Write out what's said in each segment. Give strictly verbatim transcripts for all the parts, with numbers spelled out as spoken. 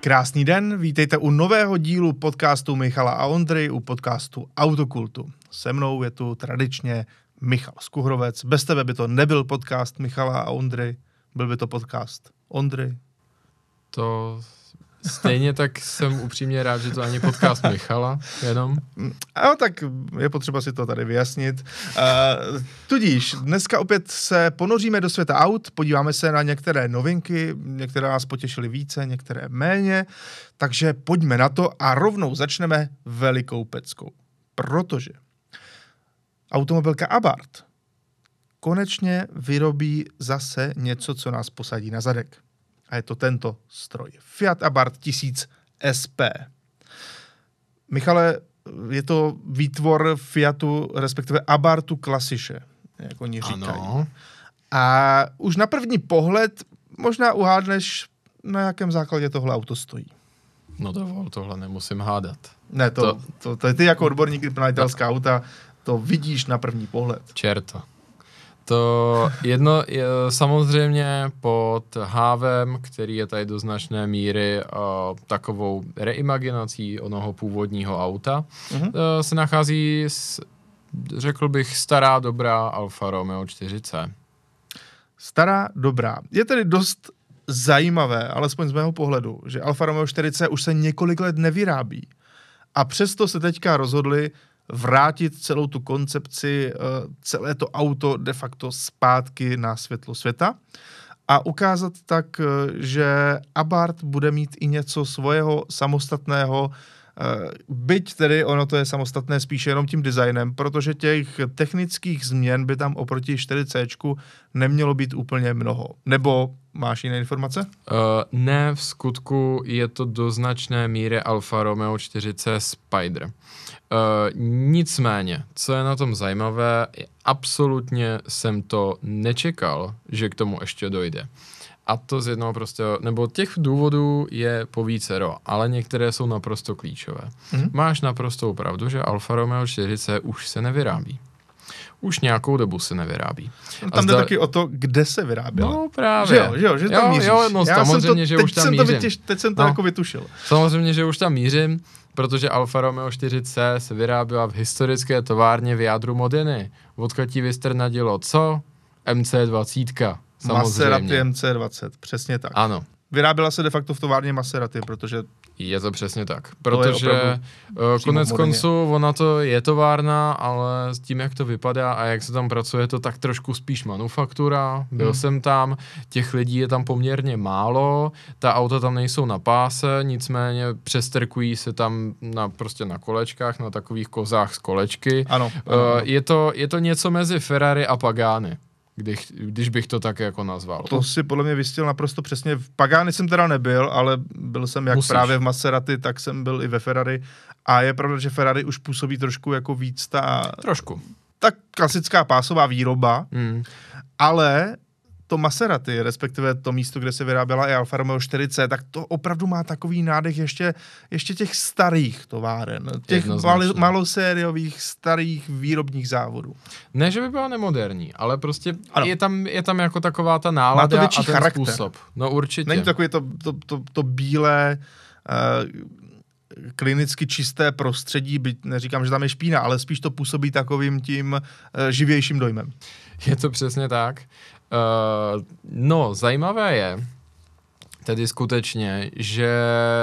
Krásný den, vítejte u nového dílu podcastu Michala a Ondry, u podcastu Autokultu. Se mnou je tu tradičně Michal Skuhrovec. Bez tebe by to nebyl podcast Michala a Ondry, byl by to podcast Ondry. To stejně tak jsem upřímně rád, že to ani podcast Michala, jenom. A tak je potřeba si to tady vyjasnit. Uh, tudíž, dneska opět se ponoříme do světa aut, podíváme se na některé novinky, některé nás potěšily více, některé méně, takže pojďme na to a rovnou začneme velikou peckou. Protože automobilka Abarth konečně vyrobí zase něco, co nás posadí na zadek. A je to tento stroj. Fiat Abarth tisíc S P. Michale, je to výtvor Fiatu, respektive Abarthu Classiche, jak oni říkají. Ano. A už na první pohled možná uhádneš, na jakém základě tohle auto stojí. No dovol, tohle nemusím hádat. Ne, to, to, to, to je ty jako odborník na italská auta, to vidíš na první pohled. Čerto. To jedno je samozřejmě pod hávem, který je tady do značné míry uh, takovou reimaginací onoho původního auta, uh-huh. uh, se nachází, s, řekl bych, stará dobrá Alfa Romeo čtyři C. Stará dobrá. Je tedy dost zajímavé, alespoň z mého pohledu, že Alfa Romeo čtyři C už se několik let nevyrábí. A přesto se teďka rozhodli vrátit celou tu koncepci, celé to auto de facto zpátky na světlo světa a ukázat tak, že Abarth bude mít i něco svého samostatného, byť tedy ono to je samostatné spíše jenom tím designem, protože těch technických změn by tam oproti čtyři C nemělo být úplně mnoho. Nebo máš jiné informace? Uh, ne, v skutku je to do značné míry Alfa Romeo čtyři C Spider. Uh, nicméně, co je na tom zajímavé, absolutně jsem to nečekal, že k tomu ještě dojde. A to z jednoho prostě, nebo těch důvodů je povícero, ale některé jsou naprosto klíčové. Mm-hmm. Máš naprostou pravdu, že Alfa Romeo čtyři C už se nevyrábí. Už nějakou dobu se nevyrábí. No, tam jde zda... taky o to, kde se vyrábělo. No právě. Že jo, že, jo, že tam jo, míříš. Jo, no Já samozřejmě, to, že už tam mířím. Vytěž, teď jsem to no. jako vytušil. Samozřejmě, že už tam mířím, protože Alfa Romeo čtyři C se vyráběla v historické továrně v jádru Modeny. Odkud ti vystrnadilo co? M C dvacet. Samozřejmě. Maserati M C dvacet, přesně tak. Ano. Vyráběla se de facto v továrně Maserati, protože... Je to přesně tak. Protože konec konců ona to je továrna, ale s tím, jak to vypadá a jak se tam pracuje, je to tak trošku spíš manufaktura. Byl hmm. jsem tam, těch lidí je tam poměrně málo, ta auta tam nejsou na páse, nicméně přestrkují se tam na, prostě na kolečkách, na takových kozách z kolečky. Ano. ano, ano. Je to, je to něco mezi Ferrari a Pagani. Když, když bych to tak jako nazval. To si podle mě vystil naprosto přesně. V Pagani jsem teda nebyl, ale byl jsem jak Musíš. právě v Maserati, tak jsem byl i ve Ferrari. A je pravda, že Ferrari už působí trošku jako víc ta... Trošku. Ta klasická pásová výroba, mm. ale to Maserati, respektive to místo, kde se vyráběla i Alfa Romeo čtyři C, tak to opravdu má takový nádech ještě, ještě těch starých továren. Těch mal, malosériových starých výrobních závodů. Ne, že by byla nemoderní, ale prostě je tam, je tam jako taková ta nálada má to větší a ten charakter. Způsob. No určitě. Není to takové to, to, to, to bílé, uh, klinicky čisté prostředí, byť neříkám, že tam je špína, ale spíš to působí takovým tím uh, živějším dojmem. Je to přesně tak. Uh, no, zajímavé je tedy skutečně, že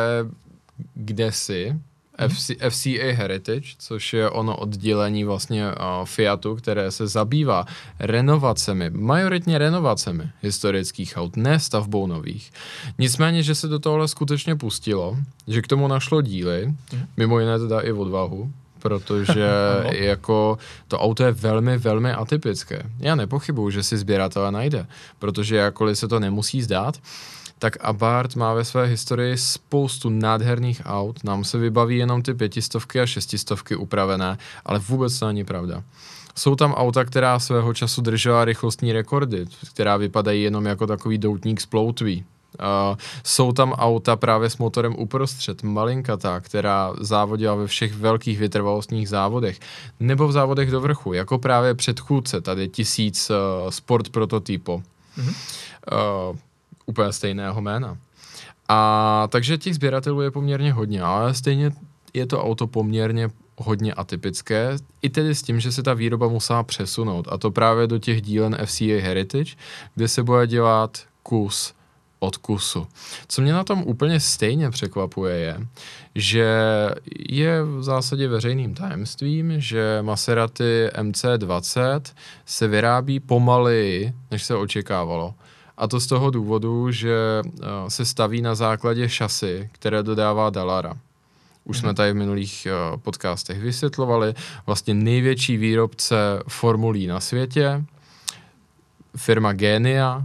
kdesi mm. F C, F C A Heritage, což je ono oddělení vlastně uh, Fiatu, které se zabývá renovacemi, majoritně renovacemi historických aut, ne stavbou nových. Nicméně, že se do tohle skutečně pustilo, že k tomu našlo díly, mm. mimo jiné teda i odvahu, protože jako to auto je velmi, velmi atypické. Já nepochybuju, že si sběratele najde, protože jakkoliv se to nemusí zdát, tak Abarth má ve své historii spoustu nádherných aut. Nám se vybaví jenom ty pětistovky a šestistovky upravené, ale vůbec to není pravda. Jsou tam auta, která svého času držela rychlostní rekordy, která vypadají jenom jako takový doutník z ploutví. Uh, jsou tam auta právě s motorem uprostřed, malinkatá, která závodila ve všech velkých vytrvalostních závodech, nebo v závodech do vrchu, jako právě předchůdce, tady tisíc uh, Sport Prototypo. Mm-hmm. Uh, úplně stejného jména. A takže těch sběratelů je poměrně hodně, ale stejně je to auto poměrně hodně atypické, i tedy s tím, že se ta výroba musela přesunout, a to právě do těch dílen F C A Heritage, kde se bude dělat kus od kusu. Co mě na tom úplně stejně překvapuje je, že je v zásadě veřejným tajemstvím, že Maserati M C dvacet se vyrábí pomaleji, než se očekávalo. A to z toho důvodu, že se staví na základě šasy, které dodává Dallara. Už jsme tady v minulých uh, podcastech vysvětlovali, vlastně největší výrobce formulí na světě, firma Genia,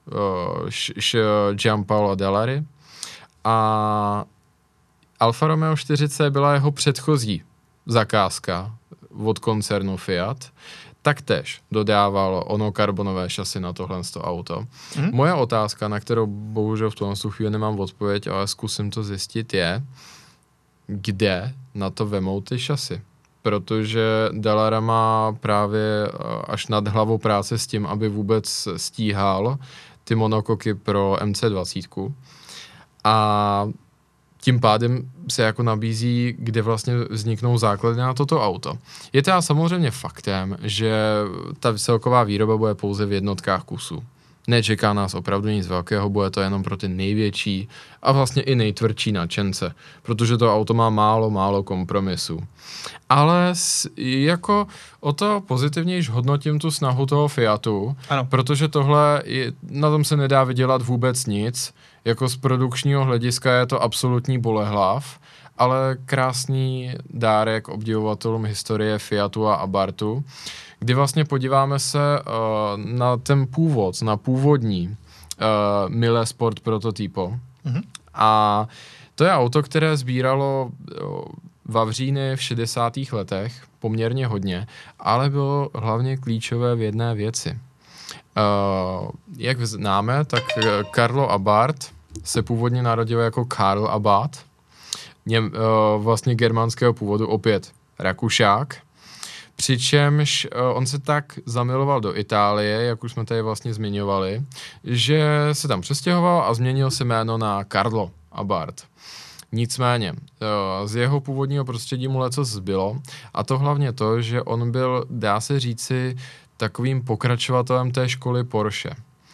uh, Gianpaolo Dallari, a Alfa Romeo čtyři C byla jeho předchozí zakázka od koncernu Fiat, taktéž dodával ono karbonové šasy na tohle auto. Hmm. Moje otázka, na kterou bohužel v tuhle chvíli nemám odpověď, ale zkusím to zjistit, je, kde na to vemou ty šasy. Protože Dallara má právě až nad hlavou práce s tím, aby vůbec stíhal ty monokoky pro M C dvacet. A tím pádem se jako nabízí, kde vlastně vzniknou základy na toto auto. Je teda samozřejmě faktem, že ta celková výroba bude pouze v jednotkách kusů. Nečeká nás opravdu nic velkého, bude to jenom pro ty největší a vlastně i nejtvrdší nadšence, protože to auto má málo, málo kompromisů. Ale s, jako o to pozitivnější hodnotím tu snahu toho Fiatu, ano. Protože tohle, je, na tom se nedá vydělat vůbec nic, jako z produkčního hlediska je to absolutní bolehlav, ale krásný dárek obdivovatelům historie Fiatu a Abarthu, kdy vlastně podíváme se uh, na ten původ, na původní uh, Mille Sport prototypo. Mm-hmm. A to je auto, které sbíralo uh, Vavříny v šedesátých letech poměrně hodně, ale bylo hlavně klíčové v jedné věci. Uh, jak známe, tak Carlo Abarth se původně narodil jako Karl Abarth, něm, uh, vlastně germánského původu, opět Rakušák. Přičemž uh, on se tak zamiloval do Itálie, jak už jsme tady vlastně zmiňovali, že se tam přestěhoval a změnil se jméno na Carlo Abarth. Nicméně, uh, z jeho původního prostředí mu lecos zbylo, a to hlavně to, že on byl, dá se říci, takovým pokračovatelem té školy Porsche.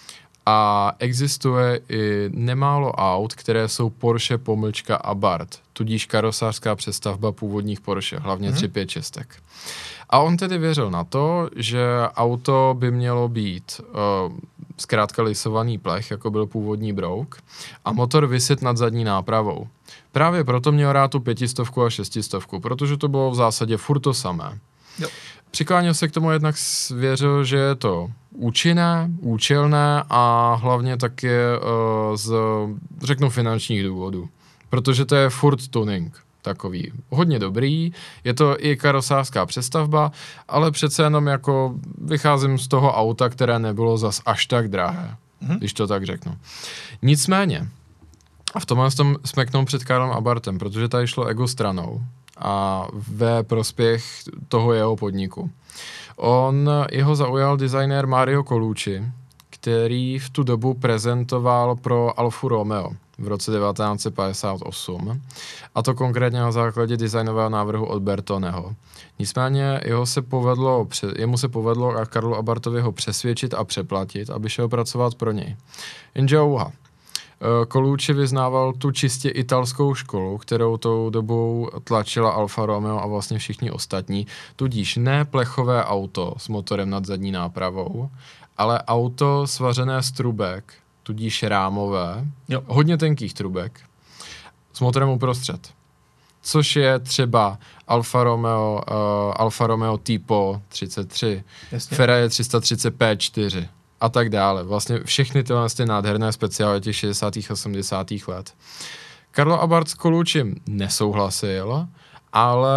A existuje i nemálo aut, které jsou Porsche pomlčka Abarth, tudíž karosářská přestavba původních Porsche, hlavně hmm. tři pět šest. A on tedy věřil na to, že auto by mělo být uh, zkrátka lisovaný plech, jako byl původní brouk, a motor viset nad zadní nápravou. Právě proto měl rád tu pětistovku a šestistovku, protože to bylo v zásadě furt to samé. Jo. Přikláněl se k tomu, jednak věřil, že je to účinné, účelné a hlavně taky uh, z, řeknu, finančních důvodů. Protože to je furt tuning takový hodně dobrý, je to i karosářská přestavba, ale přece jenom jako vycházím z toho auta, které nebylo zas až tak drahé, mm-hmm. když to tak řeknu. Nicméně, a v tomhle tom smeknou před Karlem Abarthem, protože tady šlo ego stranou a ve prospěch toho jeho podniku. On, jeho zaujal designér Mario Colucci, který v tu dobu prezentoval pro Alfu Romeo v roce devatenáct set padesát osm, a to konkrétně na základě designového návrhu od Bertoneho. Nicméně jeho se povedlo, jemu se povedlo a Karlu Abarthovi ho přesvědčit a přeplatit, aby šel pracovat pro něj. Jenže ouha. Colucci vyznával tu čistě italskou školu, kterou tou dobou tlačila Alfa Romeo a vlastně všichni ostatní, tudíž ne plechové auto s motorem nad zadní nápravou, ale auto svařené z trubek, tudíž rámové, jo. hodně tenkých trubek, s motorem uprostřed. Což je třeba Alfa Romeo, uh, Alfa Romeo Tipo třicet tři, Jasně. Ferrari tři sta třicet P čtyři a tak dále. Vlastně všechny tyhle ty nádherné speciály těch šedesátých a osmdesátých let. Carlo Abarth s Coluccim nesouhlasil, ale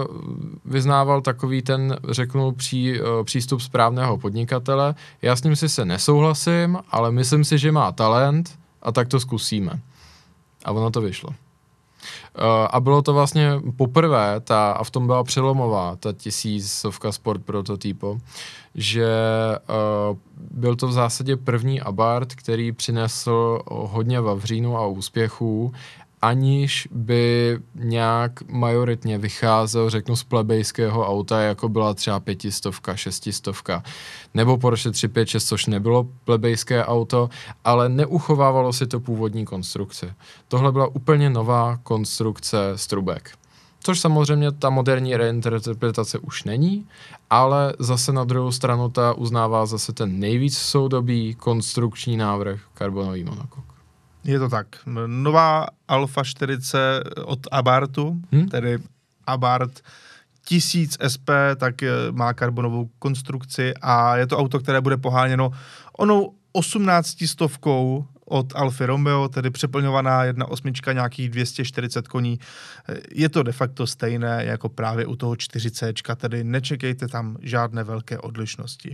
vyznával takový ten, řeknu, pří, přístup správného podnikatele. Já s ním si se nesouhlasím, ale myslím si, že má talent a tak to zkusíme. A ono to vyšlo. A bylo to vlastně poprvé, ta, a v tom byla přelomová, ta tisícovka Sport Prototypo, že uh, byl to v zásadě první Abarth, který přinesl hodně vavřínu a úspěchů, aniž by nějak majoritně vycházel, řeknu, z plebejského auta, jako byla třeba pětistovka, šestistovka, nebo Porsche tři pět šest, což nebylo plebejské auto, ale neuchovávalo si to původní konstrukce. Tohle byla úplně nová konstrukce z trubek. Což samozřejmě ta moderní reinterpretace už není, ale zase na druhou stranu ta uznává zase ten nejvíc soudobý konstrukční návrh karbonový monokok. Je to tak. Nová Alfa čtyřicet od Abarthu, hmm? tedy Abarth tisíc S P, tak má karbonovou konstrukci a je to auto, které bude poháněno onou osmnáctistovkou od Alfy Romeo, tedy přeplňovaná jedna osmička, nějakých dvě stě čtyřicet koní. Je to de facto stejné jako právě u toho čtyři cé, tedy nečekejte tam žádné velké odlišnosti.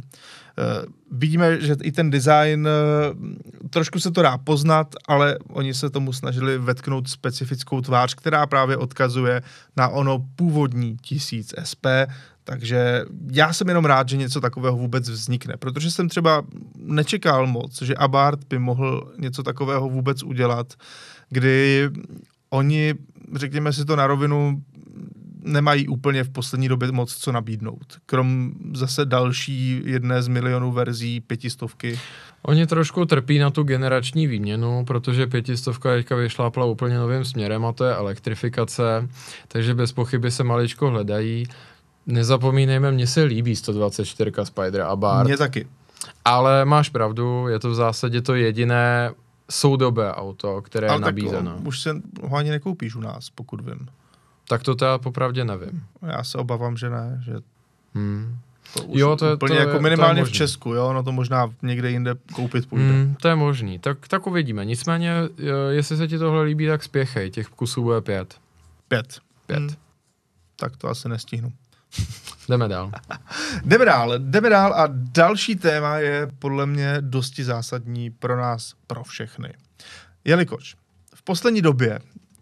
Vidíme, že i ten design, trošku se to dá poznat, ale oni se tomu snažili vetknout specifickou tvář, která právě odkazuje na ono původní tisíc S P, takže já jsem jenom rád, že něco takového vůbec vznikne, protože jsem třeba nečekal moc, že Abarth by mohl něco takového vůbec udělat, kdy oni, řekněme si to na rovinu, nemají úplně v poslední době moc co nabídnout. Krom zase další jedné z milionů verzí pětistovky. Oni trošku trpí na tu generační výměnu, protože pětistovka teďka vyšlápla úplně novým směrem a to je elektrifikace, takže bez pochyby se maličko hledají. Nezapomínejme, mně se líbí sto dvacet čtyři Spider Abarth. Mně taky. Ale máš pravdu, je to v zásadě to jediné soudobé auto, které ale je nabízeno. Tak, už se ho ani nekoupíš u nás, pokud vím. Tak to já popravdě nevím. Já se obávám, že ne, že hmm. to už jo, to je, úplně to jako je, minimálně to v Česku, jo, no to možná někde jinde koupit půjde. Hmm, to je možný, tak, tak uvidíme. Nicméně, jestli se ti tohle líbí, tak spěchej, těch kusů bude pět. Pět. Pět. Hmm. Tak to asi nestihnu. Jdeme dál. jdeme dál, jdeme dál a další téma je podle mě dosti zásadní pro nás, pro všechny. Jelikož v poslední době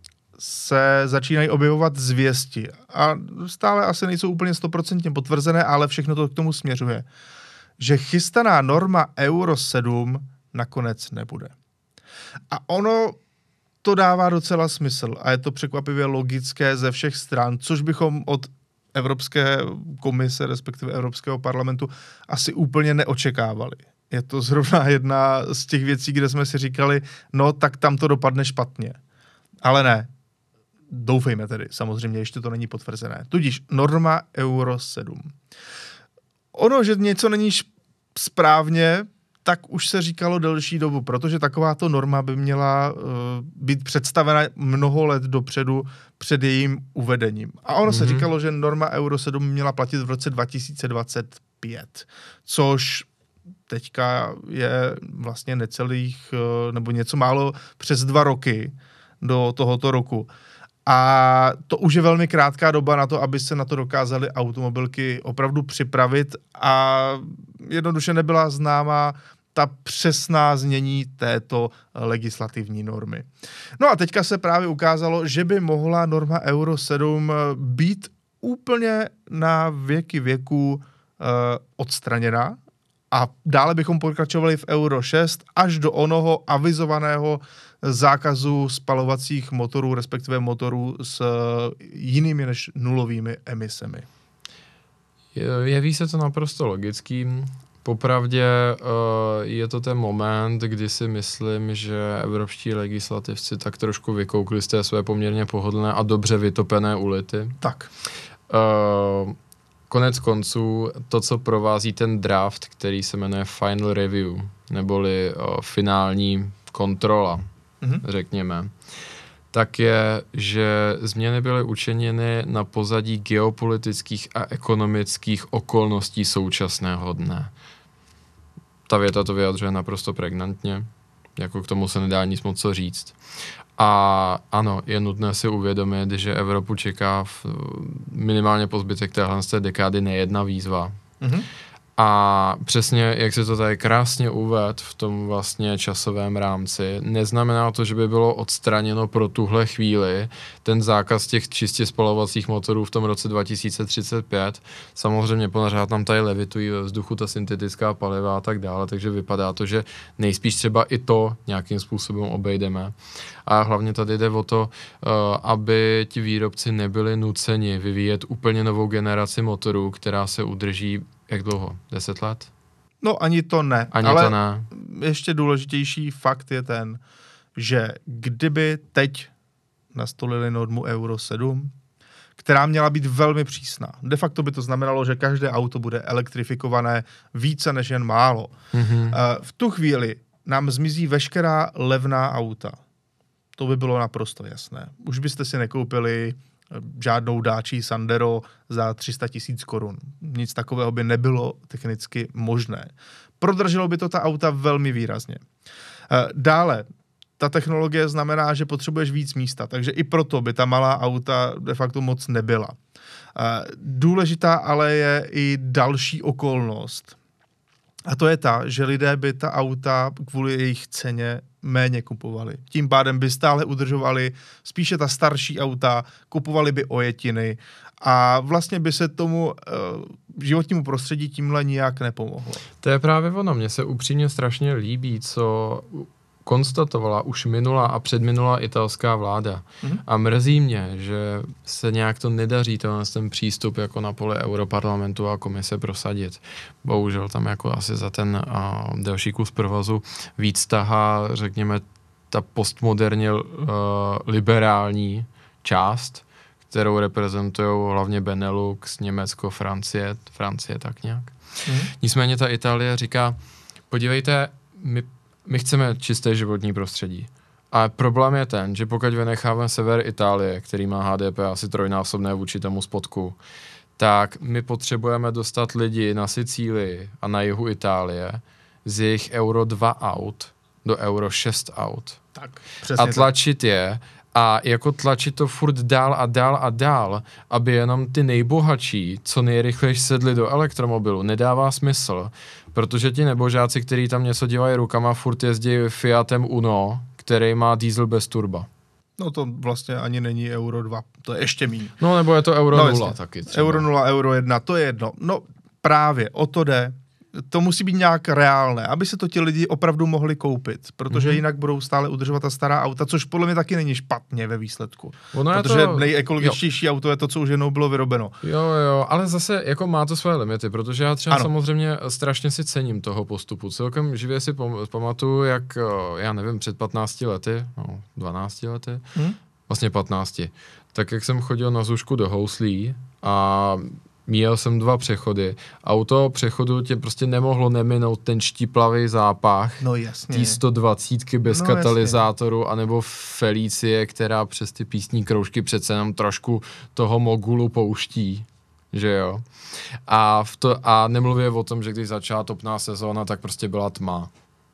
se začínají objevovat zvěsti a stále asi nejsou úplně stoprocentně potvrzené, ale všechno to k tomu směřuje, že chystaná norma Euro sedm nakonec nebude. A ono to dává docela smysl a je to překvapivě logické ze všech stran, což bychom od Evropské komise, respektive Evropského parlamentu, asi úplně neočekávali. Je to zrovna jedna z těch věcí, kde jsme si říkali, no tak tam to dopadne špatně. Ale ne. Doufejme tedy, samozřejmě ještě to není potvrzené. Tudíž norma Euro sedm. Ono, že něco není správně, tak už se říkalo delší dobu, protože takováto norma by měla uh, být představena mnoho let dopředu před jejím uvedením. A ono mm-hmm. se říkalo, že norma Euro sedm měla platit v roce dva tisíce dvacet pět, což teďka je vlastně necelých, uh, nebo něco málo přes dva roky do tohoto roku. A to už je velmi krátká doba na to, aby se na to dokázaly automobilky opravdu připravit a jednoduše nebyla známá ta přesná znění této legislativní normy. No a teďka se právě ukázalo, že by mohla norma Euro sedm být úplně na věky věků eh, odstraněna a dále bychom pokračovali v Euro šest až do onoho avizovaného zákazu spalovacích motorů, respektive motorů s jinými než nulovými emisemi. Jeví se to naprosto logickým. Popravdě je to ten moment, kdy si myslím, že evropští legislativci tak trošku vykoukli z té své poměrně pohodlné a dobře vytopené ulity. Tak. Konec konců to, co provází ten draft, který se jmenuje Final Review, neboli finální kontrola, mm-hmm. řekněme, tak je, že změny byly učiněny na pozadí geopolitických a ekonomických okolností současného dne. Ta věta to vyjadřuje naprosto pregnantně, jako k tomu se nedá nic moc co říct. A ano, je nutné si uvědomit, že Evropu čeká v, minimálně po zbytek téhle dekády nejedna výzva. Mm-hmm. A přesně, jak se to tady krásně uvedl v tom vlastně časovém rámci, neznamená to, že by bylo odstraněno pro tuhle chvíli ten zákaz těch čistě spalovacích motorů v tom roce dva tisíce třicet pět. Samozřejmě pořád nám tady levitují ve vzduchu ta syntetická paliva a tak dále, takže vypadá to, že nejspíš třeba i to nějakým způsobem obejdeme. A hlavně tady jde o to, aby ti výrobci nebyli nuceni vyvíjet úplně novou generaci motorů, která se udrží jak dlouho? Deset let? No ani to ne. Ani ale to ne. Ještě důležitější fakt je ten, že kdyby teď nastolili normu Euro sedm, která měla být velmi přísná. De facto by to znamenalo, že každé auto bude elektrifikované více než jen málo. Mm-hmm. V tu chvíli nám zmizí veškerá levná auta. To by bylo naprosto jasné. Už byste si nekoupili žádnou Dacia Sandero za tři sta tisíc korun. Nic takového by nebylo technicky možné. Prodrželo by to ta auta velmi výrazně. Dále, ta technologie znamená, že potřebuješ víc místa, takže i proto by ta malá auta de facto moc nebyla. Důležitá ale je i další okolnost. A to je ta, že lidé by ta auta kvůli jejich ceně méně kupovali. Tím pádem by stále udržovali spíše ta starší auta, kupovali by ojetiny a vlastně by se tomu uh, životnímu prostředí tímhle nijak nepomohlo. To je právě ono. Mně se upřímně strašně líbí, co konstatovala už minulá a předminulá italská vláda. Mm-hmm. A mrzí mě, že se nějak to nedaří tenhle ten přístup jako na poli Europarlamentu a komise prosadit. Bohužel tam jako asi za ten a, delší kus provazu víc tahá, řekněme, ta postmoderně uh, liberální část, kterou reprezentují hlavně Benelux, Německo, Francie, Francie tak nějak. Mm-hmm. Nicméně ta Itálie říká, podívejte, my My chceme čisté životní prostředí. A problém je ten, že pokud vynecháme sever Itálie, který má H D P asi trojnásobné vůči tomu spodku, tak my potřebujeme dostat lidi na Sicílii a na jihu Itálie z jejich Euro dva aut do Euro šest aut. Tak, a tlačit tak. je a jako tlačit to furt dál a dál a dál, aby jenom ty nejbohatší co nejrychleji sedli do elektromobilu, nedává smysl. Protože ti nebožáci, kteří tam něco dělají rukama, furt jezdí Fiatem Uno, který má diesel bez turba. No to vlastně ani není Euro dva, to je ještě míň. No nebo je to Euro no, nula taky třeba. Euro nula, Euro jedna, to je jedno. No právě, o to jde. To musí být nějak reálné, aby se to ti lidi opravdu mohli koupit, protože mm-hmm. jinak budou stále udržovat ta stará auta, což podle mě taky není špatně ve výsledku. Ono protože to... nejekologičtější auto je to, co už jednou bylo vyrobeno. Jo, jo, ale zase jako má to své limity, protože já třeba ano. samozřejmě strašně si cením toho postupu. Celkem živě si pam- pamatuju, jak, já nevím, před patnácti lety, no, dvanácti lety, hmm? vlastně patnácti, tak jak jsem chodil na Zušku do Houslí a míjel jsem dva přechody a u toho přechodu tě prostě nemohlo neminout ten štiplavý zápach no, jasně. tý sto dvacítky bez no, katalyzátoru jasně. Anebo Felicie, která přes ty písní kroužky přece jenom trošku toho mogulu pouští, že jo. A, v to, a nemluvě o tom, že když začala topná sezóna, tak prostě byla tma.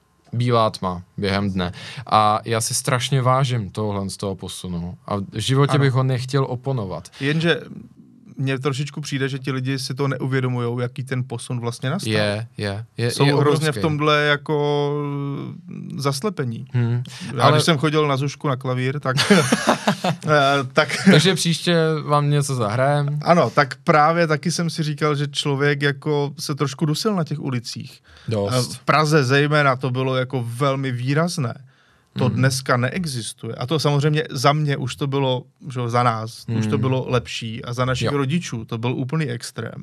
Bílá tma během dne. A já si strašně vážím tohle z toho posunu. A v životě ano. bych ho nechtěl oponovat. Jenže mně trošičku přijde, že ti lidi si to neuvědomujou, jaký ten posun vlastně nastal. Je, je. je Jsou je hrozně v tomhle jako zaslepení. Hmm. Já Ale... když jsem chodil na Zušku na klavír, tak... tak... Takže příště vám něco zahrajem? Ano, tak právě taky jsem si říkal, že člověk jako se trošku dusil na těch ulicích. Dost. V Praze zejména to bylo jako velmi výrazné. To hmm. dneska neexistuje. A to samozřejmě za mě už to bylo, že za nás, hmm. už to bylo lepší a za našich jo. rodičů to byl úplný extrém.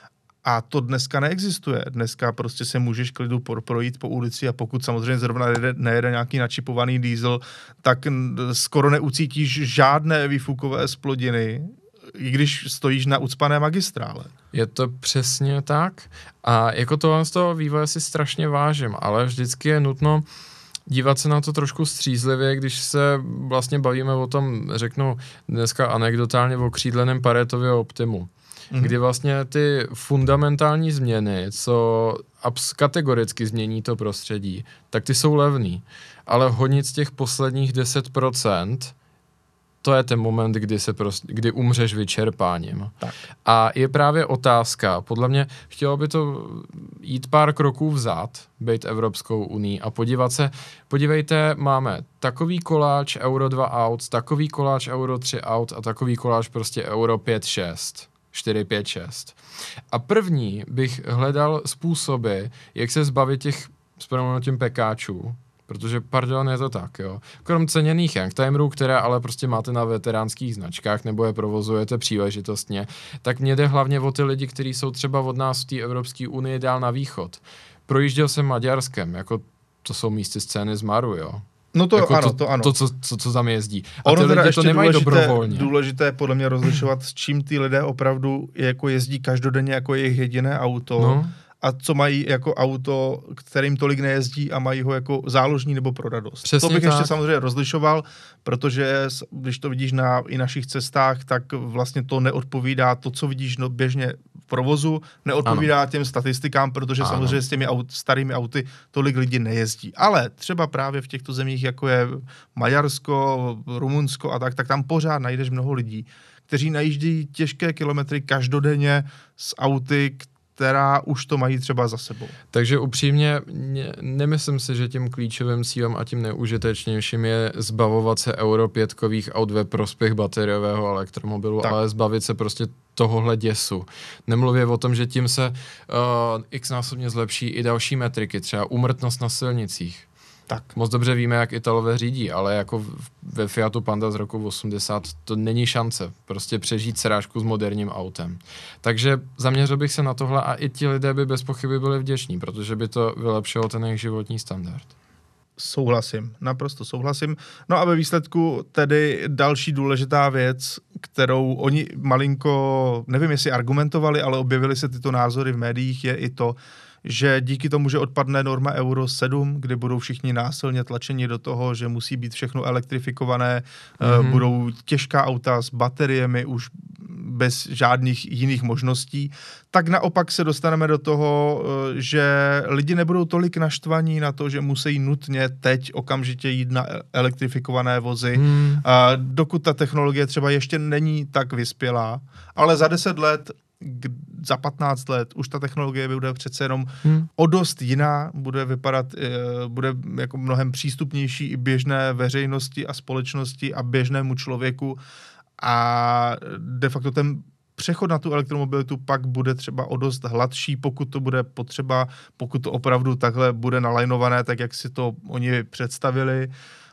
A to dneska neexistuje. Dneska prostě se můžeš klidu projít po ulici a pokud samozřejmě zrovna nejede, nejede nějaký načipovaný diesel, tak skoro neucítíš žádné výfukové zplodiny, i když stojíš na ucpané magistrále. Je to přesně tak. A jako tohle z toho vývoje si strašně vážím, ale vždycky je nutno dívat se na to trošku střízlivě, když se vlastně bavíme o tom, řeknu dneska anekdotálně o křídleném Paretově optimu, mm-hmm. kdy vlastně ty fundamentální změny, co abs- kategoricky změní to prostředí, tak ty jsou levný. Ale honit z těch posledních deset procent to je ten moment, kdy se prostě, kdy umřeš vyčerpáním. Tak. A je právě otázka, podle mě chtělo by to jít pár kroků vzad, být Evropskou unii a podívat se, podívejte, máme takový koláč Euro dva aut, takový koláč Euro tři aut a takový koláč prostě Euro pět šest. čtyři, pět, šest. A první bych hledal způsoby, jak se zbavit těch s proměnutím pekáčů, protože, pardon, je to tak, jo. Krom ceněných youngtimerů, které ale prostě máte na veteránských značkách nebo je provozujete příležitostně, tak mě jde hlavně o ty lidi, kteří jsou třeba od nás v té Evropské unii dál na východ. Projížděl jsem Maďarskem, jako to jsou místy scény z Maru, jo. No to jako ano, to, to ano. To, co, co, co tam jezdí. A ono ty lidi to nemají důležité, dobrovolně. Důležité podle mě rozlišovat, s čím ty lidé opravdu jako jezdí každodenně jako jejich jediné auto. No. A co mají jako auto, kterým tolik nejezdí a mají ho jako záložní nebo pro radost. Přesně to bych tak. ještě samozřejmě rozlišoval, protože když to vidíš na i našich cestách, tak vlastně to neodpovídá to, co vidíš no, běžně v provozu, neodpovídá ano. těm statistikám, protože ano. samozřejmě s těmi aut, starými auty tolik lidí nejezdí. Ale třeba právě v těchto zemích, jako je Maďarsko, Rumunsko a tak, tak tam pořád najdeš mnoho lidí, kteří najíždějí těžké kilometry každodenně s auty, která už to mají třeba za sebou. Takže upřímně ne, nemyslím si, že tím klíčovým cílem a tím neužitečnějším je zbavovat se Euro pětkových aut ve prospěch bateriového elektromobilu, tak. ale zbavit se prostě tohohle děsu. Nemluvě o tom, že tím se uh, x-násobně zlepší i další metriky, třeba úmrtnost na silnicích. Tak. Moc dobře víme, jak Italové řídí, ale jako ve Fiatu Panda z roku osmdesát to není šance prostě přežít srážku s moderním autem. Takže zaměřil bych se na tohle a i ti lidé by bez pochyby byli vděční, protože by to vylepšilo ten jejich životní standard. Souhlasím, naprosto souhlasím. No a ve výsledku tedy další důležitá věc, kterou oni malinko, nevím jestli argumentovali, ale objevily se tyto názory v médiích, je i to, že díky tomu, že odpadne norma Euro sedm, kdy budou všichni násilně tlačeni do toho, že musí být všechno elektrifikované, mm-hmm. budou těžká auta s bateriemi už bez žádných jiných možností, tak naopak se dostaneme do toho, že lidi nebudou tolik naštvaní na to, že musí nutně teď okamžitě jít na elektrifikované vozy, mm. dokud ta technologie třeba ještě není tak vyspělá, ale za deset let za patnáct let už ta technologie bude přece jenom hmm. o dost jiná, bude vypadat, bude jako mnohem přístupnější i běžné veřejnosti a společnosti a běžnému člověku a de facto ten přechod na tu elektromobilitu pak bude třeba o dost hladší, pokud to bude potřeba, pokud to opravdu takhle bude nalajnované, tak jak si to oni představili,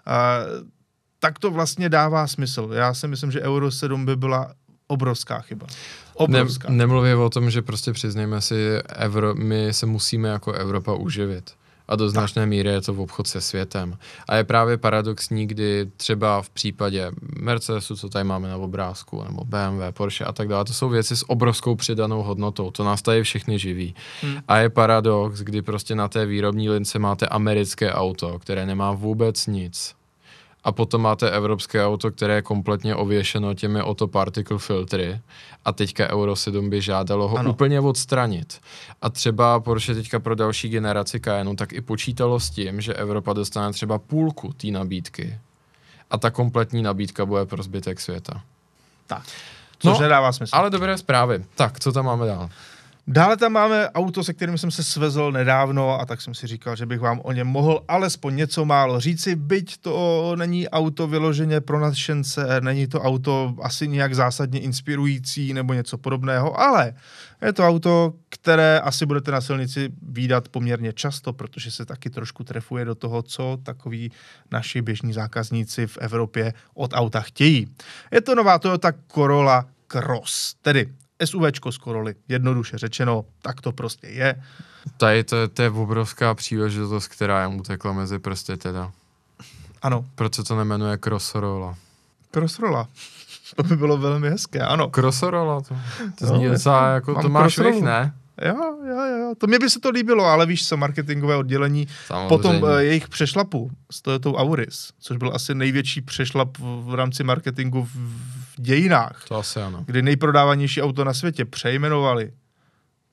tak to vlastně dává smysl. Já si myslím, že Euro sedm by byla obrovská chyba. Obrovská. Ne, nemluvím o tom, že prostě přiznejme si, Evro, my se musíme jako Evropa uživit. A do značné míry je to v obchod se světem. A je právě paradoxní, kdy třeba v případě Mercedesu, co tady máme na obrázku, nebo bé em vé, Porsche a tak dále, to jsou věci s obrovskou přidanou hodnotou. To nás tady všechny živí. Hmm. A je paradox, kdy prostě na té výrobní lince máte americké auto, které nemá vůbec nic. A potom máte evropské auto, které je kompletně ověšeno těmi auto particle filtry a teďka Euro sedm by žádalo ho ano. úplně odstranit. A třeba Porsche teďka pro další generaci Cayenne tak i počítalo s tím, že Evropa dostane třeba půlku té nabídky. A ta kompletní nabídka bude pro zbytek světa. Tak, což no, nedává smysl. Ale dobré zprávy. Tak, co tam máme dál? Dále tam máme auto, se kterým jsem se svezl nedávno a tak jsem si říkal, že bych vám o něm mohl alespoň něco málo říci, byť to není auto vyloženě pro nadšence, není to auto asi nějak zásadně inspirující nebo něco podobného, ale je to auto, které asi budete na silnici vídat poměrně často, protože se taky trošku trefuje do toho, co takoví naši běžní zákazníci v Evropě od auta chtějí. Je to nová Toyota Corolla Cross, tedy SUVčko z Corolly, jednoduše řečeno, tak to prostě je. Tady to, to je obrovská příležitost, která jim utekla mezi prsty teda. Ano. Proč se to nemenuje Crossrolla? Crossrolla. To by bylo velmi hezké, ano. Crossrolla, to, to zní docela jako, to máš vych, ne? Jo, jo, jo, to mě by se to líbilo, ale víš co, marketingové oddělení, samozřejmě. Potom uh, jejich přešlapu s Toyotou Auris, což byl asi největší přešlap v, v rámci marketingu v, v dějinách. To asi ano. Kdy nejprodávanější auto na světě přejmenovali.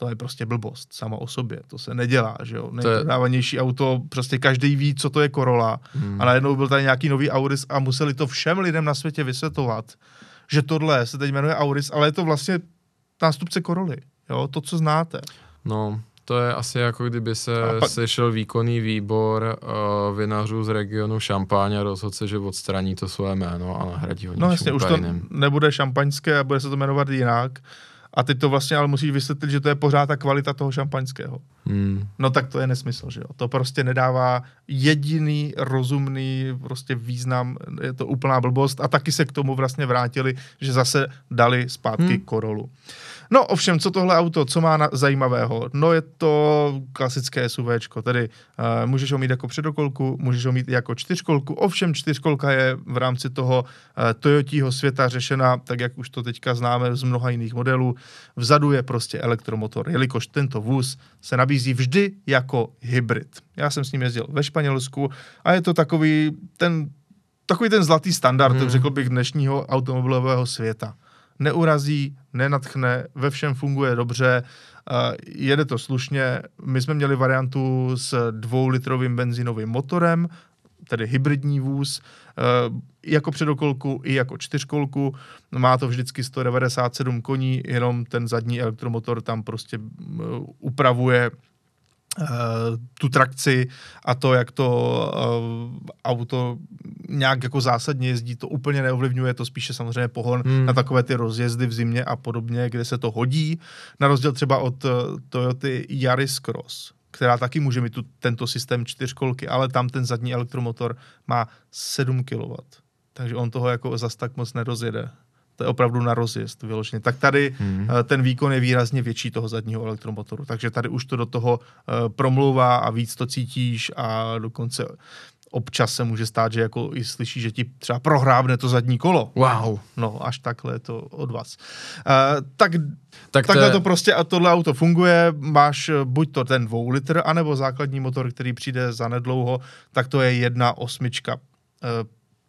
To je prostě blbost sama o sobě, to se nedělá, že jo. Nejprodávanější je... auto, prostě každý ví, co to je Corolla. Hmm. A najednou byl tady nějaký nový Auris a museli to všem lidem na světě vysvětlovat, že tohle se teď jmenuje Auris, ale je to vlastně nástupce Corolly, jo, to, co znáte. No, to je asi jako kdyby se pak... sešel výkonný výbor uh, vinařů z regionu Šampáň a rozhodl se, že odstraní to svoje jméno a nahradí ho něčím No jasně, už to jiným. Nebude šampaňské a bude se to jmenovat jinak. A teď to vlastně ale musíš vysvětlit, že to je pořád ta kvalita toho šampaňského. Hmm. No tak to je nesmysl, že jo. To prostě nedává jediný rozumný prostě význam, je to úplná blbost a taky se k tomu vlastně vrátili, že zase dali zpátky hmm. Corollu. No ovšem, co tohle auto, co má na, zajímavého? No je to klasické SUVčko, tedy uh, můžeš ho mít jako předokolku, můžeš ho mít i jako čtyřkolku, ovšem čtyřkolka je v rámci toho uh, Toyotího světa řešena, tak jak už to teďka známe z mnoha jiných modelů, vzadu je prostě elektromotor, jelikož tento vůz se nabízí vždy jako hybrid. Já jsem s ním jezdil ve Španělsku a je to takový ten, takový ten zlatý standard, hmm. řekl bych, dnešního automobilového světa. Neurazí, nenadchne, ve všem funguje dobře, uh, jede to slušně. My jsme měli variantu s dvoulitrovým benzínovým motorem, tedy hybridní vůz, uh, jako předokolku i jako čtyřkolku. Má to vždycky sto devadesát sedm koní, jenom ten zadní elektromotor tam prostě uh, upravuje Uh, tu trakci a to, jak to uh, auto nějak jako zásadně jezdí, to úplně neovlivňuje, to spíše samozřejmě pohon hmm. na takové ty rozjezdy v zimě a podobně, kde se to hodí. Na rozdíl třeba od uh, Toyoty Yaris Cross, která taky může mít tu, tento systém čtyřkolky, ale tam ten zadní elektromotor má sedm kilowattů. Takže on toho jako zas tak moc nerozjede. To je opravdu na rozjezd vyloženě. Tak tady hmm. ten výkon je výrazně větší toho zadního elektromotoru, takže tady už to do toho uh, promlouvá a víc to cítíš a dokonce občas se může stát, že jako i slyšíš, že ti třeba prohrábne to zadní kolo. Wow. No, až takhle je to od vás. Uh, tak tak takhle to, to prostě a tohle auto funguje, máš buď to ten dvou litr, anebo základní motor, který přijde za nedlouho, tak to je jedna osmička. Uh,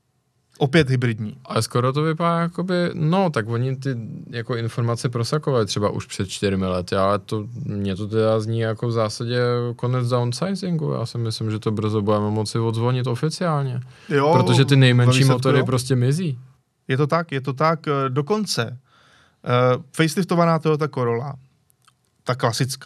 Opět hybridní. Ale skoro to vypadá jakoby, no, tak oni ty jako informace prosakovali třeba už před čtyřmi lety, ale to, mě to teda zní jako v zásadě konec downsizingu. Já si myslím, že to brzo budeme moci odzvonit oficiálně. Jo, protože ty nejmenší motory jo. prostě mizí. Je to tak, je to tak. Dokonce uh, faceliftovaná Toyota Corolla, ta klasická,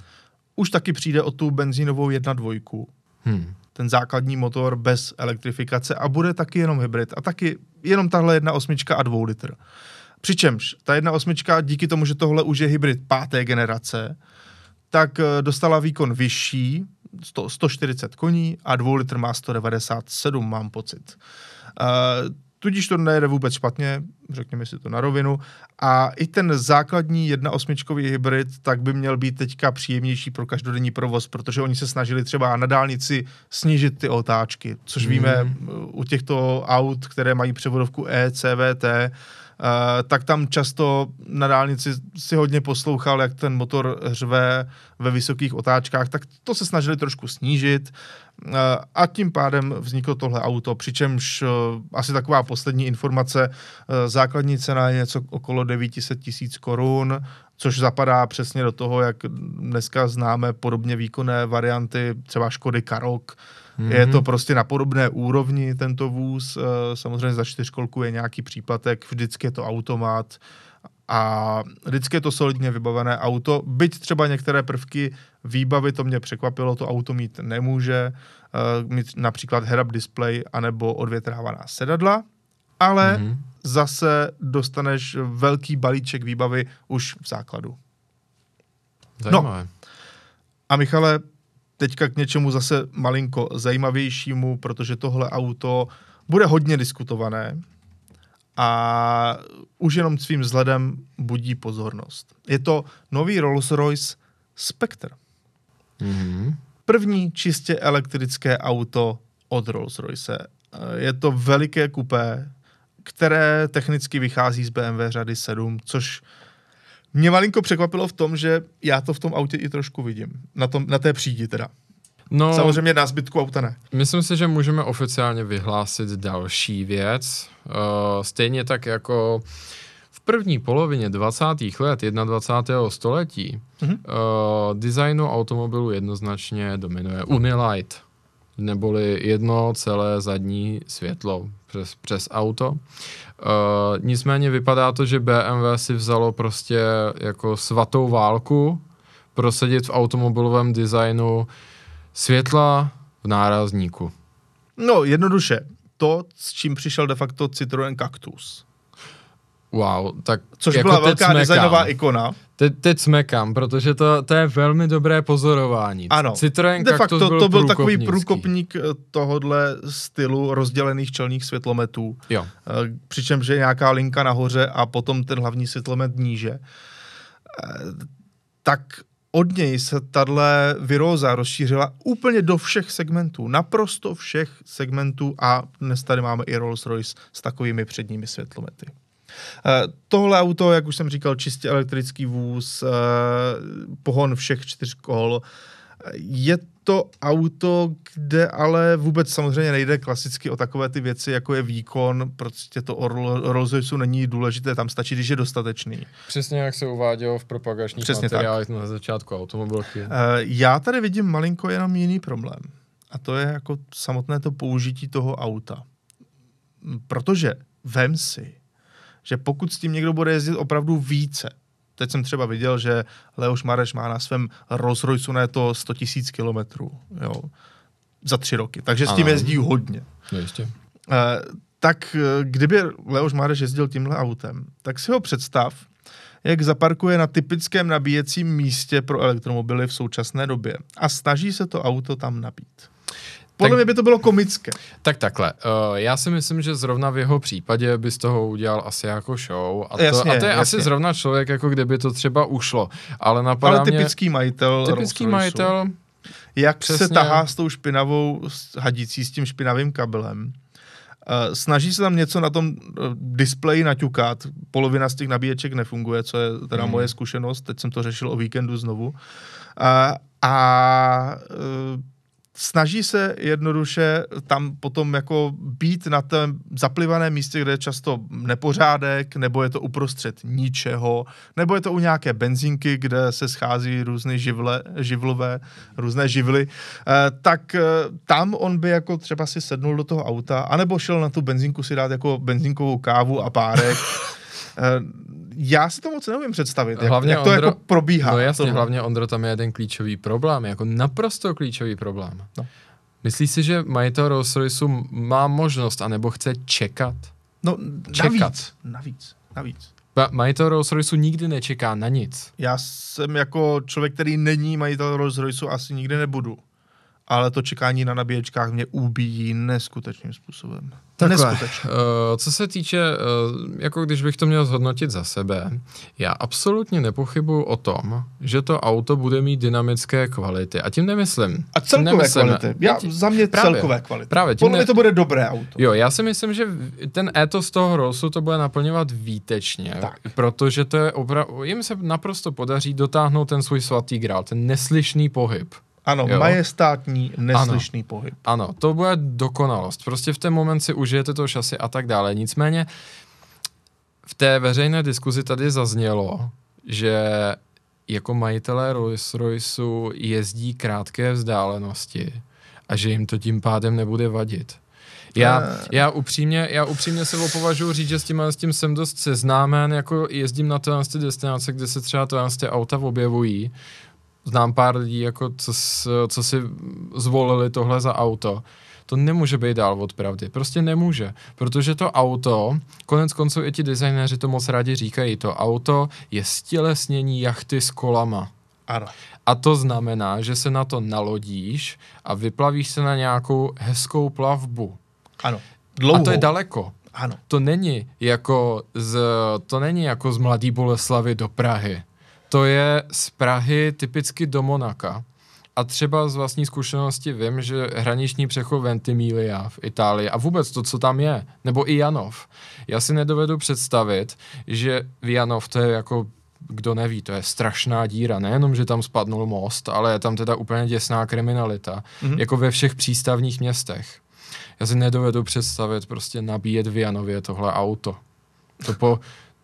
už taky přijde o tu benzínovou jedna dvojku. Hmm. Ten základní motor bez elektrifikace a bude taky jenom hybrid a taky jenom tahle jedna osmička a dvou litr. Přičemž ta jedna osmička díky tomu, že tohle už je hybrid páté generace, tak dostala výkon vyšší, sto, sto čtyřicet koní a dvou litr má sto devadesát sedm, mám pocit. Uh, Tudíž to nejde vůbec špatně, řekněme si to na rovinu. A i ten základní jedna osmičkový hybrid, tak by měl být teďka příjemnější pro každodenní provoz, protože oni se snažili třeba na dálnici snížit ty otáčky, což mm. víme u těchto aut, které mají převodovku E C V T, Uh, tak tam často na dálnici si hodně poslouchal, jak ten motor řve ve vysokých otáčkách, tak to se snažili trošku snížit uh, a tím pádem vzniklo tohle auto, přičemž uh, asi taková poslední informace, uh, základní cena je něco okolo devět set tisíc korun, což zapadá přesně do toho, jak dneska známe podobně výkonné varianty, třeba Škody Karoq. Mm-hmm. Je to prostě na podobné úrovni tento vůz, samozřejmě za čtyřkolku je nějaký příplatek, vždycky je to automat a vždycky je to solidně vybavené auto, byť třeba některé prvky výbavy, to mě překvapilo, to auto mít nemůže, mít například head-up display anebo odvětrávaná sedadla, ale mm-hmm. zase dostaneš velký balíček výbavy už v základu. Zajímavé. No. A Michale, teďka k něčemu zase malinko zajímavějšímu, protože tohle auto bude hodně diskutované a už jenom svým vzhledem budí pozornost. Je to nový Rolls-Royce Spectre. Mm-hmm. První čistě elektrické auto od Rolls-Royce. Je to veliké kupé, které technicky vychází z B M W řady sedm, což mě malinko překvapilo v tom, že já to v tom autě i trošku vidím. Na, tom, na té přídi teda. No, samozřejmě na zbytku auta ne. Myslím si, že můžeme oficiálně vyhlásit další věc. Uh, stejně tak jako v první polovině dvacátých let dvacátého prvního století Mhm. uh, designu automobilu jednoznačně dominuje Unilight, neboli jedno celé zadní světlo přes, přes auto. Uh, nicméně vypadá to, že bé em vé si vzalo prostě jako svatou válku prosadit v automobilovém designu světla v nárazníku. No, jednoduše. To, s čím přišel de facto Citroën Cactus. Wow, tak Což jako byla teď velká smekám. designová ikona. Te, teď smekám, protože to, to je velmi dobré pozorování. Ano, Citroën de Cactus facto byl to byl takový průkopnický. průkopník eh, tohodle stylu rozdělených čelních světlometů. Jo. Eh, Přičemž je nějaká linka nahoře a potom ten hlavní světlomet níže. Eh, Tak od něj se tahle viróza rozšířila úplně do všech segmentů, naprosto všech segmentů a dnes tady máme i Rolls-Royce s takovými předními světlomety. Eh, Tohle auto, jak už jsem říkal, čistě elektrický vůz, eh, pohon všech čtyř kol. Je to auto, kde ale vůbec samozřejmě nejde klasicky o takové ty věci, jako je výkon, prostě to o Rolls-Royceu není důležité, tam stačí, když je dostatečný. Přesně jak se uvádělo v propagačních Přesně materiálech na začátku automobilky. Eh, Já tady vidím malinko jenom jiný problém. A to je jako samotné to použití toho auta. Protože vem si, že pokud s tím někdo bude jezdit opravdu více, teď jsem třeba viděl, že Leoš Mareš má na svém Rolls Royceu ne to sto tisíc kilometrů, jo, za tři roky, takže s tím Ano. jezdí hodně. No jistě. Eh, tak eh, kdyby Leoš Mareš jezdil tímhle autem, tak si ho představ, jak zaparkuje na typickém nabíjecím místě pro elektromobily v současné době a snaží se to auto tam nabít. Podle Tak- mě by to bylo komické. Tak takhle, uh, já si myslím, že zrovna v jeho případě by z toho udělal asi jako show a to, Jasně, a to je jasně. asi zrovna člověk, jako kdyby to třeba ušlo, ale napadá Ale mě... typický majitel Typický Rolls-Royceu. majitel, Jak Přesně. se tahá s tou špinavou s- hadicí, s tím špinavým kabelem. Uh, snaží se tam něco na tom uh, displeji naťukat. Polovina z těch nabíječek nefunguje, co je teda Hmm. moje zkušenost. Teď jsem to řešil o víkendu znovu. Uh, a uh, snaží se jednoduše tam potom jako být na tom zaplivaném místě, kde je často nepořádek, nebo je to uprostřed ničeho, nebo je to u nějaké benzínky, kde se schází různé živle, živlové, různé živly, eh, tak eh, tam on by jako třeba si sednul do toho auta, anebo šel na tu benzínku si dát jako benzínkovou kávu a párek. Eh, Já si to moc neumím představit, jak, Hlavně jak to Ondro- jako probíhá. no jasně, tohle. hlavně Ondro, tam je jeden klíčový problém, jako naprosto klíčový problém. No. Myslíš si, že majitel Rolls Royceu má možnost, anebo chce čekat? No čekat. navíc, navíc, navíc. Ma- Majitel Rolls Royceu nikdy nečeká na nic. Já jsem jako člověk, který není majitel Rolls Royceu, asi nikdy nebudu. Ale to čekání na nabíječkách mě ubíjí neskutečným způsobem. Takhle, Neskutečně. uh, co se týče, uh, jako když bych to měl zhodnotit za sebe, já absolutně nepochybuju o tom, že to auto bude mít dynamické kvality. A tím nemyslím. A tím celkové nemyslím, kvality. Já, tím- za mě právě, celkové kvality. právě, tím Podle ne- mě to bude dobré auto. Jo, já si myslím, že ten étos toho Rollsu to bude naplňovat výtečně, Tak. protože to je opravdu, jim se naprosto podaří dotáhnout ten svůj svatý grál, ten neslyšný pohyb. Ano, Jo. majestátní, neslyšný pohyb. Ano, to bude dokonalost. Prostě v ten moment si užijete to šasy a tak dále. Nicméně v té veřejné diskuzi tady zaznělo, že jako majitelé Rolls Royceu jezdí krátké vzdálenosti a že jim to tím pádem nebude vadit. Já, Eh. já, upřímně, já upřímně se opovažuji říct, že s tím, s tím jsem dost seznámen, jako jezdím na tyhle ty destinace, kde se třeba tyhle ty auta objevují. Znám pár lidí, jako co, s- co si zvolili tohle za auto. To nemůže být dál od pravdy. Prostě nemůže. Protože to auto, konec konců i ti designéři to moc rádi říkají, to auto je stělesnění jachty s kolama. Ano. A to znamená, že se na to nalodíš a vyplavíš se na nějakou hezkou plavbu. Ano. Dlouhou. A to je daleko. Ano. To není jako z, to není jako z Mladý Boleslavi do Prahy. To je z Prahy typicky do Monaka. A třeba z vlastní zkušenosti vím, že hraniční přechod Ventimiglia v Itálii a vůbec to, co tam je, nebo i Janov. Já si nedovedu představit, že v Janov to je jako, kdo neví, to je strašná díra. Nejenom, že tam spadnul most, ale je tam teda úplně děsná kriminalita. Mhm. Jako ve všech přístavních městech. Já si nedovedu představit prostě nabíjet v Janově tohle auto. To po,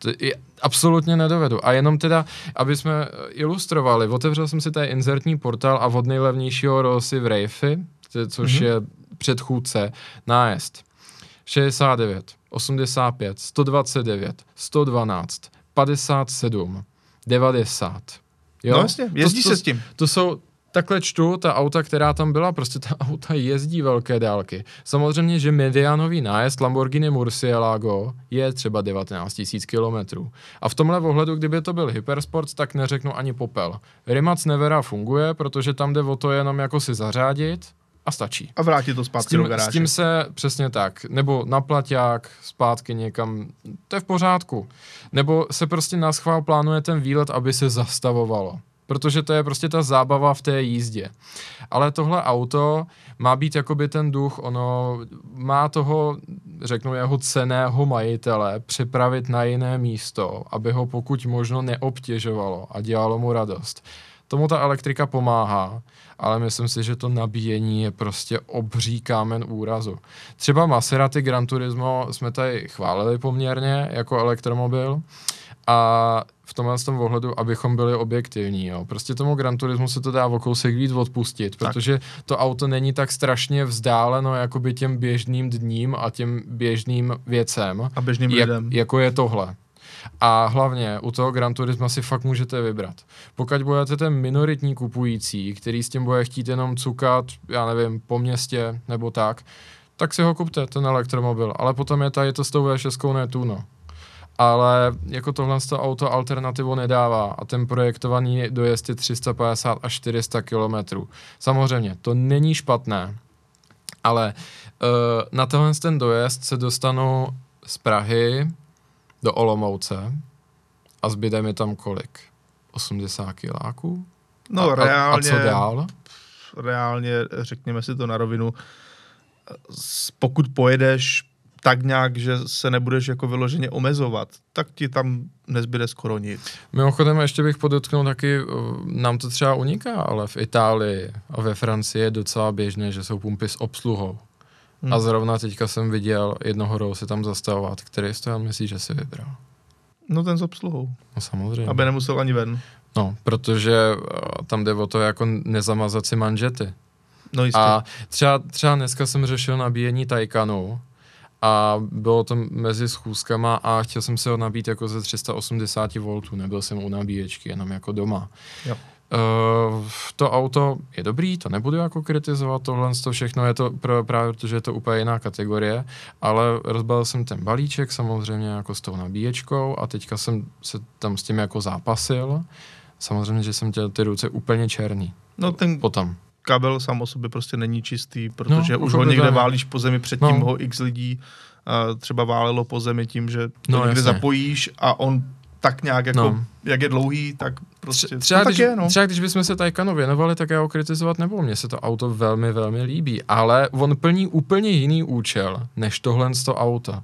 To je, absolutně nedovedu. A jenom teda, aby jsme ilustrovali, otevřel jsem si tady inzertní portál a od nejlevnějšího Rossi v Rafy, což mm-hmm. je předchůdce, nájezd. šedesát devět, osmdesát pět, sto dvacet devět, sto dvanáct, padesát sedm, devadesát. Jo? No jasně, jezdí to, se to, s tím. To jsou, takhle čtu, ta auta, která tam byla, prostě ta auta jezdí velké dálky. Samozřejmě, že mediánový nájezd Lamborghini Murcielago je třeba devatenáct tisíc kilometrů. A v tomhle ohledu, kdyby to byl Hypersport, tak neřeknu ani popel. Rimac Nevera funguje, protože tam jde o to jenom jako si zařádit a stačí. A vrátit to zpátky s tím, do garáže. S tím se přesně tak, nebo na plaťák, zpátky někam, to je v pořádku. Nebo se prostě na schvál plánuje ten výlet, aby se zastavovalo. Protože to je prostě ta zábava v té jízdě. Ale tohle auto má být jakoby ten duch, ono má toho, řeknu, jeho cenného majitele přepravit na jiné místo, aby ho pokud možno neobtěžovalo a dělalo mu radost. Tomu ta elektrika pomáhá, ale myslím si, že to nabíjení je prostě obří kámen úrazu. Třeba Maserati Gran Turismo jsme tady chválili poměrně jako elektromobil a v tomhle tom ohledu, abychom byli objektivní. Jo. Prostě tomu Gran Turismu se to dá o kousek víc odpustit, tak. Protože to auto není tak strašně vzdáleno jakoby těm běžným dním a těm běžným věcem, a běžným jak, lidem. jako je tohle. A hlavně u toho Gran Turisma si fakt můžete vybrat. Pokud budete ten minoritní kupující, který s tím bude chtít jenom cukat, já nevím, po městě nebo tak, tak si ho kupte, ten elektromobil. Ale potom je tady to s tou vé šest netuno. Ale jako tohle z toho auto alternativu nedává a ten projektovaný dojezd je tři sta padesát až čtyři sta kilometrů. Samozřejmě, to není špatné, ale uh, na tenhle ten dojezd se dostanu z Prahy do Olomouce a zbyde mi tam kolik? osmdesát kiláků? No a, reálně, a co dál? Reálně, řekněme si to na rovinu, pokud pojedeš tak nějak, že se nebudeš jako vyloženě omezovat, tak ti tam nezbyde skoro nic. Mimochodem ještě bych podotknul taky, nám to třeba uniká, ale v Itálii a ve Francii je docela běžné, že jsou pumpy s obsluhou. Hmm. A zrovna teďka jsem viděl jednoho Rose tam zastavovat, který stojan myslí, že si vybral. No ten s obsluhou. No samozřejmě. Aby nemusel ani ven. No, protože tam jde o to jako nezamazat si manžety. No jistě. A třeba, třeba dneska jsem řešil nabíjení Taycanu a bylo to mezi schůzkama a chtěl jsem se ho nabít jako ze tři sta osmdesát voltů, nebyl jsem u nabíječky, jenom jako doma. Jo. Uh, to auto je dobrý, to nebudu jako kritizovat, tohle to všechno je to pr- právě, protože je to úplně jiná kategorie, ale rozbalil jsem ten balíček samozřejmě jako s tou nabíječkou a teďka jsem se tam s tím jako zápasil. Samozřejmě, že jsem těl ty ruce úplně černý. No ten potom. Kabel sám o sobě prostě není čistý, protože no, už ho někde válíš po zemi, předtím no. ho x lidí uh, třeba válelo po zemi tím, že to no, někde jasně. zapojíš a on tak nějak jako, no. jak je dlouhý, tak prostě třeba, to když, tak je, no. třeba když bychom se Taycanu věnovali, tak já ho kritizovat nebudu. Mně se to auto velmi, velmi líbí, ale on plní úplně jiný účel, než tohle z toho auta.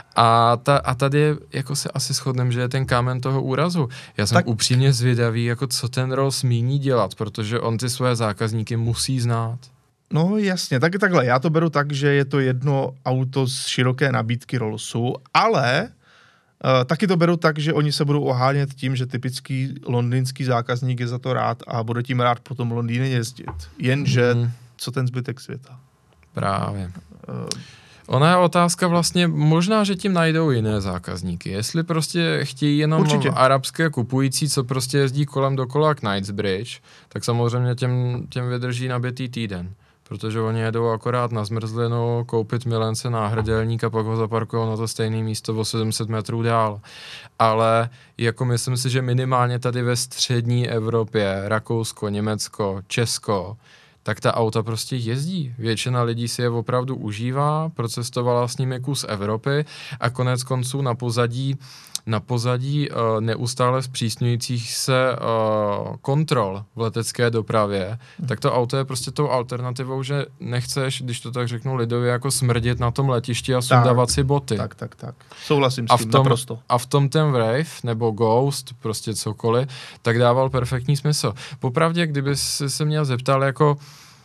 A, ta, a tady jako se asi shodneme, že je ten kámen toho úrazu. Já jsem tak upřímně zvědavý, jako co ten Rolls míní dělat, protože on ty své zákazníky musí znát. No jasně, tak takhle, já to beru tak, že je to jedno auto z široké nabídky Rollsu, ale Uh, taky to beru tak, že oni se budou ohánět tím, že typický londýnský zákazník je za to rád a bude tím rád po tom Londýně jezdit. Jenže mm. co ten zbytek světa? Právě. Uh, Ona je otázka vlastně, možná, že tím najdou jiné zákazníky. Jestli prostě chtějí jenom určitě. Arabské kupující, co prostě jezdí kolem dokola k Knightsbridge, tak samozřejmě těm, těm vydrží nabitý týden. Protože oni jedou akorát na zmrzlinu, koupit milence náhrdelník a pak ho zaparkují na to stejné místo o sedm set metrů dál. Ale jako myslím si, že minimálně tady ve střední Evropě, Rakousko, Německo, Česko, tak ta auta prostě jezdí. Většina lidí si je opravdu užívá, procestovala s nimi kus Evropy a konec konců na pozadí na pozadí uh, neustále zpřísňujících se uh, kontrol v letecké dopravě, hmm. tak to auto je prostě tou alternativou, že nechceš, když to tak řeknu lidově, jako smrdět na tom letišti a sundávat si boty. Tak, tak, tak. Souhlasím a s tím, tom, naprosto. A v tom ten Wraith, nebo Ghost, prostě cokoliv, tak dával perfektní smysl. Popravdě, kdyby jsi se mě zeptal, jako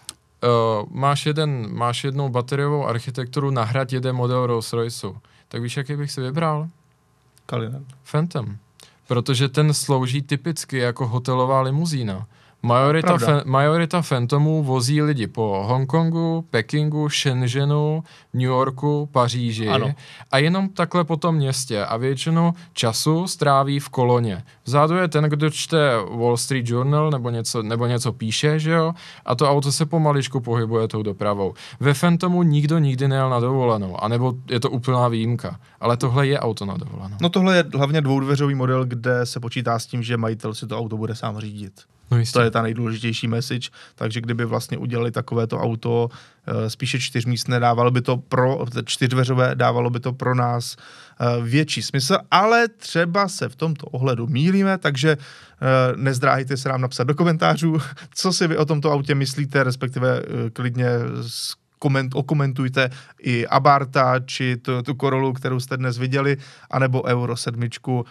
uh, máš, jeden, máš jednou bateriovou architekturu, nahrad jeden model Rolls Royceu, tak víš, jaký bych si vybral? Kalinen. Phantom. Protože ten slouží typicky jako hotelová limuzína. Majorita, fe, majorita Phantomů vozí lidi po Hongkongu, Pekingu, Shenzhenu, New Yorku, Paříži ano. a jenom takhle po tom městě a většinu času stráví v koloně. Vzadu je ten, kdo čte Wall Street Journal nebo něco, nebo něco píše, že jo? A to auto se pomaličku pohybuje tou dopravou. Ve Phantomu nikdo nikdy nejel na dovolenou, anebo je to úplná výjimka. Ale tohle je auto na dovolenou. No tohle je hlavně dvoudveřový model, kde se počítá s tím, že majitel si to auto bude sám řídit. No to je ta nejdůležitější message, takže kdyby vlastně udělali takovéto auto, spíše čtyřmístné, dávalo by to pro, čtyřdveřové, dávalo by to pro nás větší smysl, ale třeba se v tomto ohledu mýlíme, takže nezdráhejte se nám napsat do komentářů, co si vy o tomto autě myslíte, respektive klidně koment, okomentujte i Abarta, či tu, tu Corollu, kterou jste dnes viděli, anebo Euro sedm.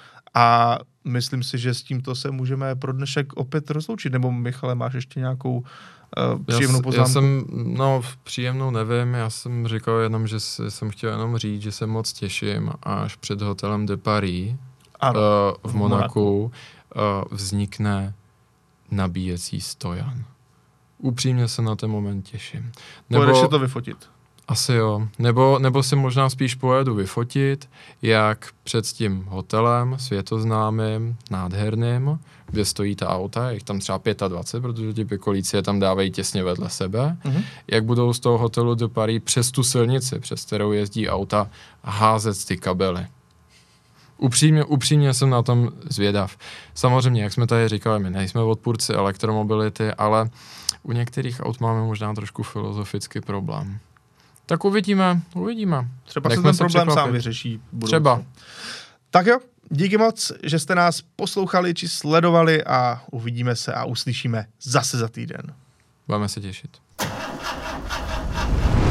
A myslím si, že s tímto se můžeme pro dnešek opět rozloučit. Nebo Michale, máš ještě nějakou uh, příjemnou poznámku? Já jsem, no příjemnou nevím, já jsem říkal jenom, že jsem chtěl jenom říct, že se moc těším, až před hotelem de Paris ano, uh, v Monaku uh, vznikne nabíjecí stojan. Upřímně se na ten moment těším. Nebo, Pojedeš si to vyfotit? Asi jo. Nebo, nebo si možná spíš pojedu vyfotit, jak před tím hotelem světoznámým, nádherným, kde stojí ta auta, je jich tam třeba dvacet pět, protože ti pikolíci je tam dávají těsně vedle sebe, mm-hmm. jak budou z toho hotelu do Paris přes tu silnici, přes kterou jezdí auta, házet ty kabely. Upřímně, upřímně jsem na tom zvědav. Samozřejmě, jak jsme tady říkali, my nejsme odpůrci elektromobility, ale u některých aut máme možná trošku filozofický problém. Tak uvidíme, uvidíme. Třeba se ten problém překvapit. Sám vyřeší. Třeba. Tak jo, díky moc, že jste nás poslouchali či sledovali a uvidíme se a uslyšíme zase za týden. Budeme se těšit.